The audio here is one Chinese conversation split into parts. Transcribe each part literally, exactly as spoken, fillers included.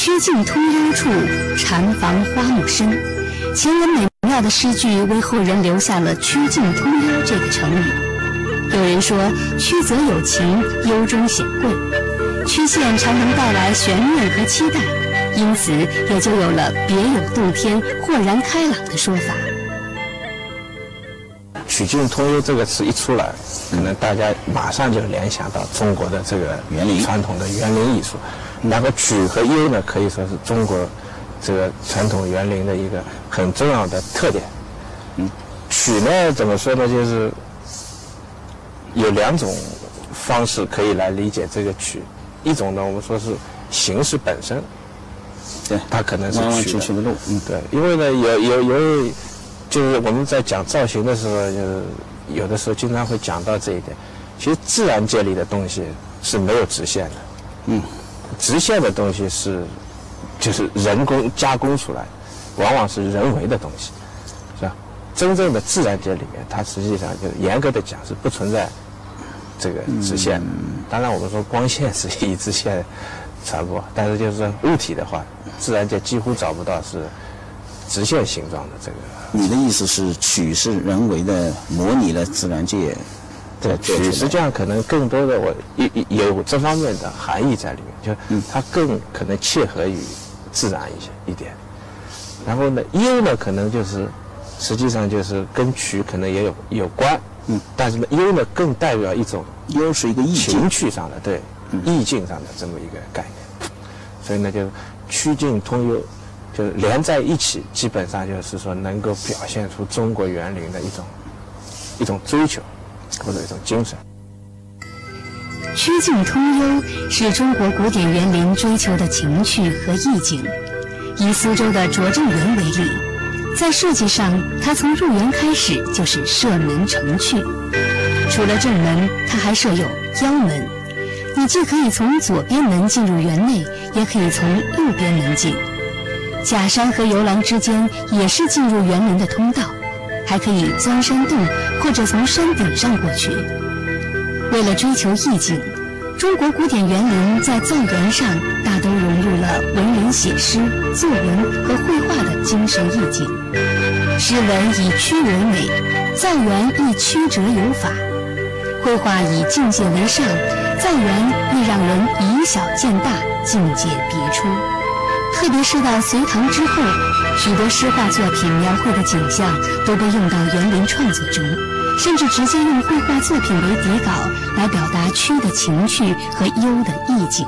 曲径通幽处，禅房花木深。前人美妙的诗句为后人留下了曲径通幽这个成语。有人说曲则有情，幽中显贵，曲线常能带来悬念和期待，因此也就有了别有洞天、豁然开朗的说法。 曲径通幽这个词一出来，可能大家马上就联想到中国的这个园林传统的园林艺术。然后曲和幽呢，可以说是中国这个传统园林的一个很重要的特点。嗯，曲呢怎么说呢？就是有两种方式可以来理解这个曲。一种呢，我们说是形式本身，对，它可能是曲的。的路，嗯，对，因为呢，有有有，就是我们在讲造型的时候，就是有的时候经常会讲到这一点。其实自然界里的东西是没有直线的，嗯。直线的东西是，就是人工加工出来，往往是人为的东西，是吧？真正的自然界里面，它实际上就是严格的讲是不存在这个直线的。当然，我们说光线是以直线传播，但是就是说物体的话，自然界几乎找不到是直线形状的这个。 你的意思是，曲是人为的模拟了自然界？ 对，曲实际上可能更多的我有这方面的含义在里面，就它更可能切合于自然一些一点。然后呢，幽呢可能就是实际上就是跟曲可能也有有关，嗯，但是呢，幽呢更代表一种幽是一个意境情趣上的对、嗯、意境上的这么一个概念。所以呢，就是曲径通幽，就是连在一起，基本上就是说能够表现出中国园林的一种一种追求。或者一种精神。 曲径通幽是中国古典园林追求的情趣和意境。以苏州的拙政园为例，在设计上，它从入园开始就是设门成趣。除了正门，它还设有腰门，你既可以从左边门进入园内，也可以从右边门进。假山和游廊之间也是进入园林的通道。还可以钻山洞，或者从山顶上过去。为了追求意境，中国古典园林在造园上大都融入了文人写诗、作文和绘画的精神意境。诗文以曲为美，造园亦曲折有法；绘画以境界为上，造园亦让人以小见大，境界别出。特别是到隋唐之后，许多诗画作品描绘的景象都被用到园林创作中，甚至直接用绘画作品为底稿来表达曲的情趣和幽的意境。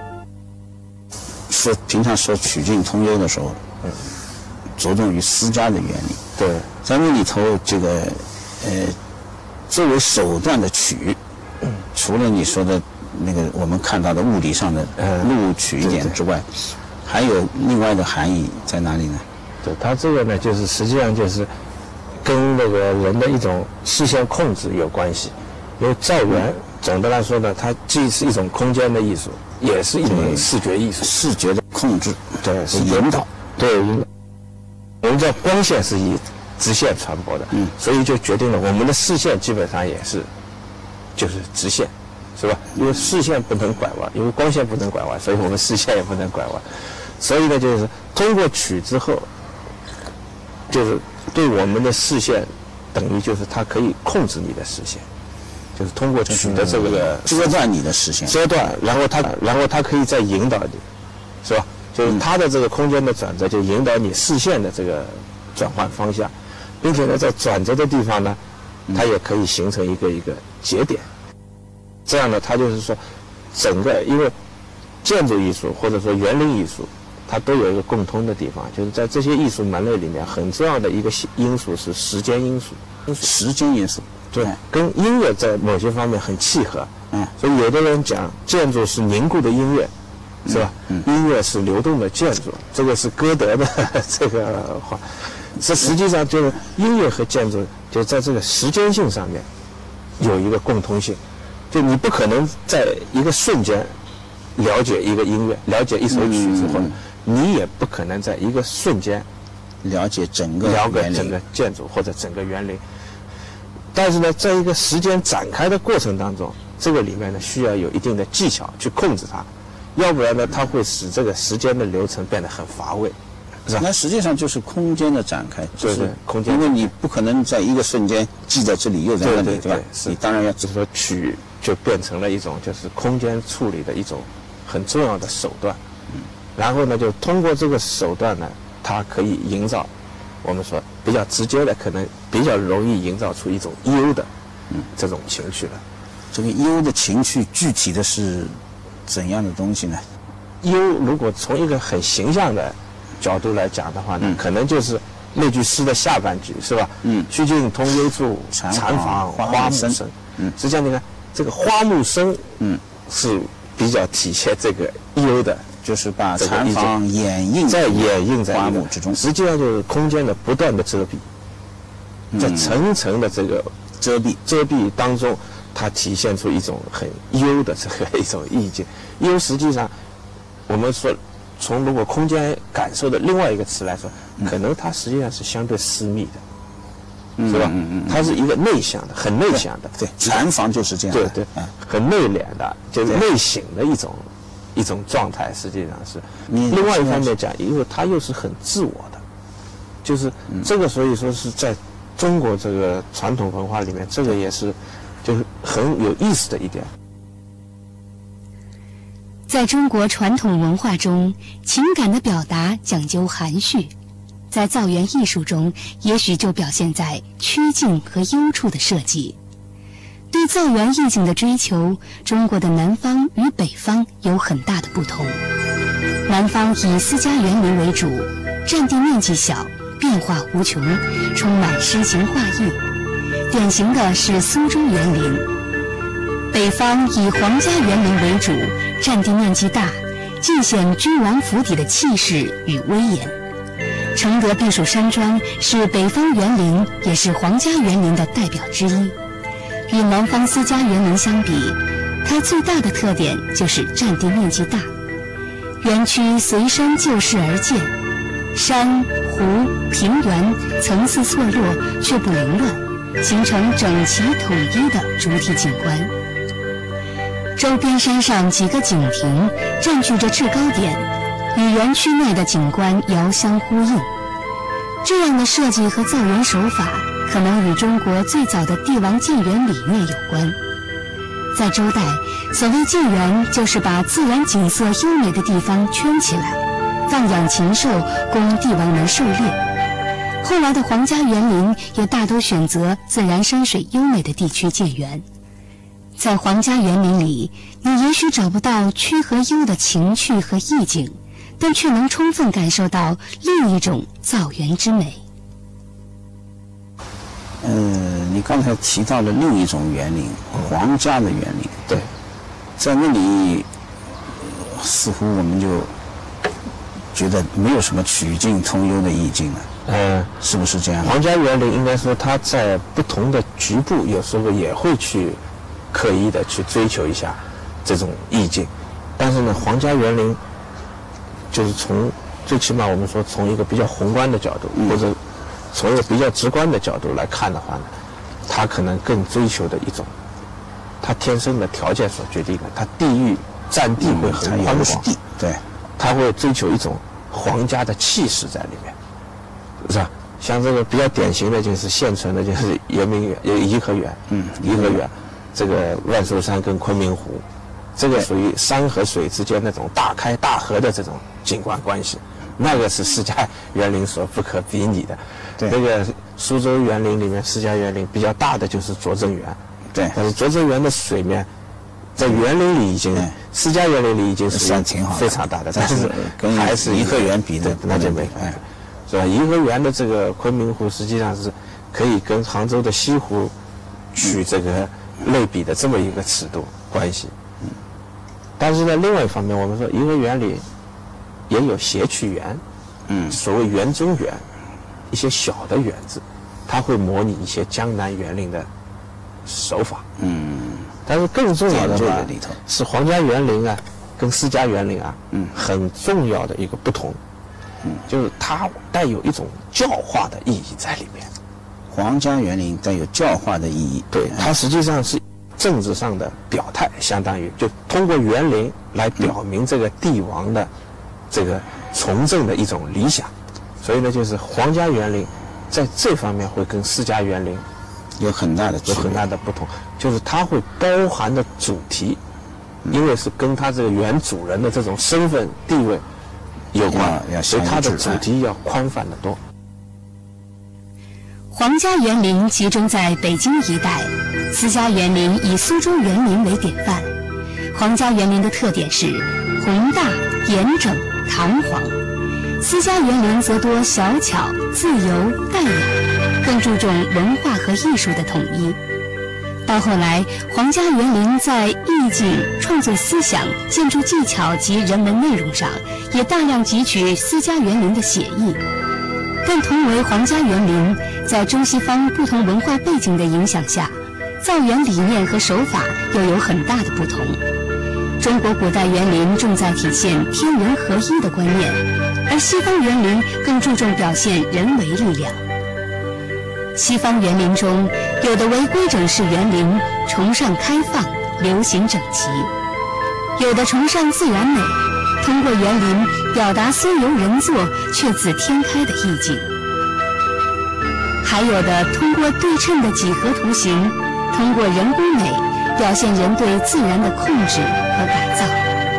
说平常说曲径通幽的时候，嗯，着重于私家的园林。 对， 在那里头，这个呃，作为手段的曲，嗯，除了你说的那个我们看到的物理上的录取一点之外。嗯，还有另外的含义在哪里呢？ 对，它这个呢，就是实际上就是跟那个人的一种视线控制有关系。因为造园、嗯、总的来说呢，它既是一种空间的艺术，也是一种视觉艺术。 视觉的控制， 对， 是引导。 对，引导。我们知道光线是以直线传播的，嗯，所以就决定了我们的视线基本上也是就是直线。是吧？因为视线不能拐弯，因为光线不能拐弯，所以我们视线也不能拐弯。所以呢，就是通过曲之后，就是对我们的视线，等于就是它可以控制你的视线，就是通过曲的这个遮断你的视线， 遮断，然后它，然后它可以再引导你，是吧？就是它的这个空间的转折，就引导你视线的这个转换方向，并且呢，在转折的地方呢，它也可以形成一个一个节点。这样呢，它就是说，整个因为建筑艺术或者说园林艺术，它都有一个共通的地方，就是在这些艺术门类里面，很重要的一个因素是时间因素。 时间因素， 对，跟音乐在某些方面很契合。嗯，所以有的人讲建筑是凝固的音乐，是吧？嗯，音乐是流动的建筑，这个是歌德的这个话。这实际上就是音乐和建筑就在这个时间性上面有一个共通性。就你不可能在一个瞬间了解一个音乐，了解一首曲子后，嗯、你也不可能在一个瞬间了解整个了解整个建筑或者整个园林。但是呢，在一个时间展开的过程当中，这个里面呢需要有一定的技巧去控制它， 要不然呢，它会使这个时间的流程变得很乏味，是吧？ 那实际上就是空间的展开，就是对对空间因为你不可能在一个瞬间既在这里又在那里， 对对对吧？ 是你当然要就是说曲就变成了一种就是空间处理的一种很重要的手段。嗯，然后呢，就通过这个手段呢，它可以营造我们说比较直接的，可能比较容易营造出一种忧的嗯这种情绪了。 这个忧的情绪具体的是怎样的东西呢？ 忧如果从一个很形象的角度来讲的话呢，嗯、可能就是那句诗的下半句，是吧？嗯，曲径通幽处，禅房花木深。嗯，实际上你看这个花木深，嗯，是比较体现这个忧的， 就是把禅房掩映在掩映在花木之中， 实际上就是空间的不断的遮蔽，嗯、在层层的这个遮蔽遮蔽当中。它体现出一种很幽的这个一种意境。幽实际上，我们说从如果空间感受的另外一个词来说，嗯、可能它实际上是相对私密的，嗯、是吧？嗯嗯嗯、它是一个内向的，很内向的。 对，禅房就是这样的。 对对，嗯、很内敛的，就是内省的一种一种状态。实际上是。另外一方面讲，因为它又是很自我的，就是这个，所以说是在中国这个传统文化里面，这个也是。就是很有意思的一点， 在中国传统文化中，情感的表达讲究含蓄，在造园艺术中，也许就表现在曲径和幽处的设计。对造园意境的追求，中国的南方与北方有很大的不同。南方以私家园林为主，占地面积小，变化无穷，充满诗情画意。典型的是苏州园林。北方以皇家园林为主，占地面积大，尽显君王府邸的气势与威严。承德避暑山庄是北方园林，也是皇家园林的代表之一。与南方私家园林相比，它最大的特点就是占地面积大。园区随山就势而建，山、湖、平原层次错落却不凌乱，形成整齐统一的主体景观。周边山上几个景亭占据着制高点，与园区内的景观遥相呼应。这样的设计和造园手法可能与中国最早的帝王建园理念有关。在周代，所谓建园就是把自然景色优美的地方圈起来，放养禽兽供帝王们狩猎。后来的皇家园林也大多选择自然山水优美的地区建园。在皇家园林里，你也许找不到曲和幽的情趣和意境，但却能充分感受到另一种造园之美。 呃，你刚才提到了另一种园林，皇家的园林。 对， 在那里、呃、似乎我们就觉得没有什么曲径通幽的意境了。 嗯， 是不是这样？ 皇家园林应该说它在不同的局部有时候也会去刻意的去追求一下这种意境，但是呢，皇家园林就是从最起码我们说从一个比较宏观的角度，嗯、或者从一个比较直观的角度来看的话呢，它可能更追求的一种，它天生的条件所决定的，它地域占地会很宽广， 地对， 它会追求一种皇家的气势在里面，是吧？像这个比较典型的就是现存的，就是圆明园、颐和园，嗯，颐和园，这个万寿山跟昆明湖，这个属于山和水之间那种大开大合的这种景观关系，那个是私家园林所不可比拟的。对，这个苏州园林里面私家园林比较大的就是拙政园， 对， 但是拙政园的水面在园林里已经，私家园林里已经是挺好， 非常大的，但是跟还是颐和园比的那就没法。是吧？颐和园的这个昆明湖实际上是可以跟杭州的西湖取这个类比的这么一个尺度关系。嗯。但是呢，另外一方面，我们说颐和园里也有谐趣园，嗯，所谓园中园，一些小的园子，它会模拟一些江南园林的手法。嗯。但是更重要的吧，是皇家园林啊，跟私家园林啊，嗯，很重要的一个不同。嗯，就是它带有一种教化的意义在里面。 皇家园林带有教化的意义， 对，它实际上是政治上的表态，相当于就通过园林来表明这个帝王的这个从政的一种理想。所以呢，就是皇家园林在这方面会跟私家园林有很大的有很大的不同，就是它会包含的主题，因为是跟它这个原主人的这种身份地位有关，所以它的主题要宽泛得多。 皇家园林集中在北京一带，私家园林以苏州园林为典范。皇家园林的特点是宏大、严整、堂皇，私家园林则多小巧、自由、淡雅，更注重文化和艺术的统一。到后来，皇家园林在意境、创作思想、建筑技巧及人文内容上，也大量汲取私家园林的写意。但同为皇家园林，在中西方不同文化背景的影响下，造园理念和手法又有很大的不同。中国古代园林重在体现天人合一的观念，而西方园林更注重表现人为力量。西方园林中，有的为规整式园林，崇尚开放，流行整齐；有的崇尚自然美，通过园林表达虽由人作却自天开的意境；还有的通过对称的几何图形，通过人工美表现人对自然的控制和改造。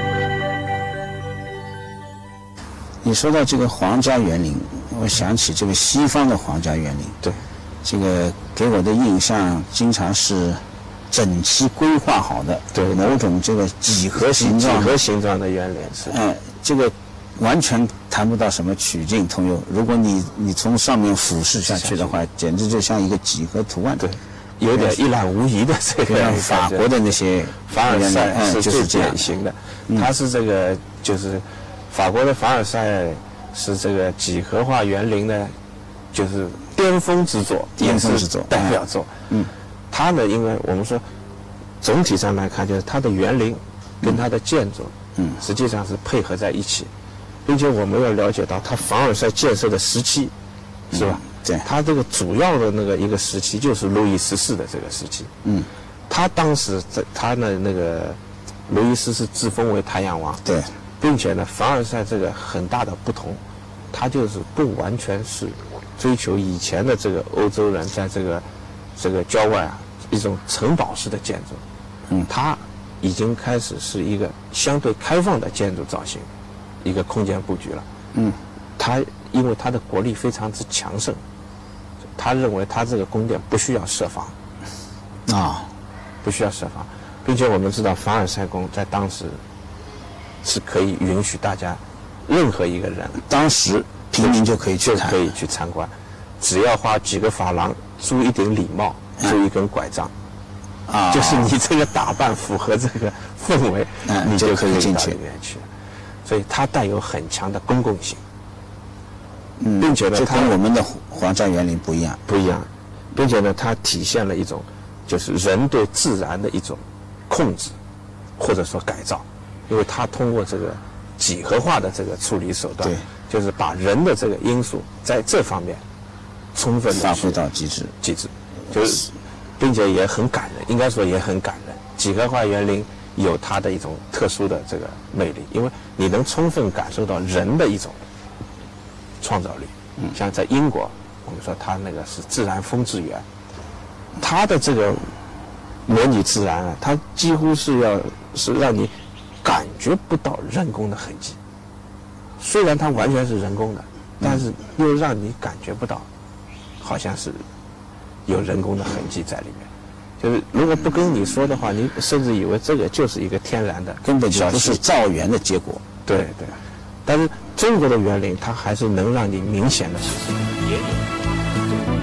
你说到这个皇家园林，我想起这个西方的皇家园林， 对， 这个给我的印象经常是整齐规划好的， 对， 某种这个几何形状、 几何形状的园林是， 嗯、呃，这个完全谈不到什么曲径通幽。如果你你从上面俯视下去的话，简直就像一个几何图案， 对，有点一览无遗的这个。 像法国的那些凡尔赛是就是最典型的，它是这个就是法国的凡尔赛是这个几何化园林的，就是巅峰之作， 巅峰之作， 代表作。嗯，它呢，因为我们说总体上来看，就是它的园林跟它的建筑，嗯，实际上是配合在一起，并且我们要了解到它凡尔赛建设的时期，是吧？ 对， 它这个主要的那个一个时期就是路易十四的这个时期。嗯，他当时在他的那个路易十四自封为太阳王。 对。 并且呢，凡尔赛这个很大的不同，它就是不完全是追求以前的这个欧洲人在这个这个郊外啊一种城堡式的建筑，嗯，它已经开始是一个相对开放的建筑造型，一个空间布局了，嗯，它因为它的国力非常之强盛，他认为他这个宫殿不需要设防，啊，不需要设防，并且我们知道凡尔赛宫在当时。是可以允许大家，任何一个人， 当时平民就可以去就可以去参观，只要花几个法郎租一顶礼帽，租一根拐杖，啊，就是你这个打扮符合这个氛围， 嗯、 你就可以进去里面去。所以它带有很强的公共性，嗯，并且呢， 这跟我们的皇家园林不一样， 不一样，并且呢，它体现了一种就是人对自然的一种控制，或者说改造。因为它通过这个几何化的这个处理手段，就是把人的这个因素在这方面充分发挥到极致， 极致，就是并且也很感人，应该说也很感人。几何化园林有它的一种特殊的这个魅力，因为你能充分感受到人的一种创造力。嗯，像在英国，我们说它那个是自然风致园，它的这个模拟自然啊，它几乎是要是让你感觉不到人工的痕迹，虽然它完全是人工的，但是又让你感觉不到，好像是有人工的痕迹在里面。就是如果不跟你说的话，你甚至以为这个就是一个天然的， 根本就不是造园的结果。 对对。但是中国的园林，它还是能让你明显的也有。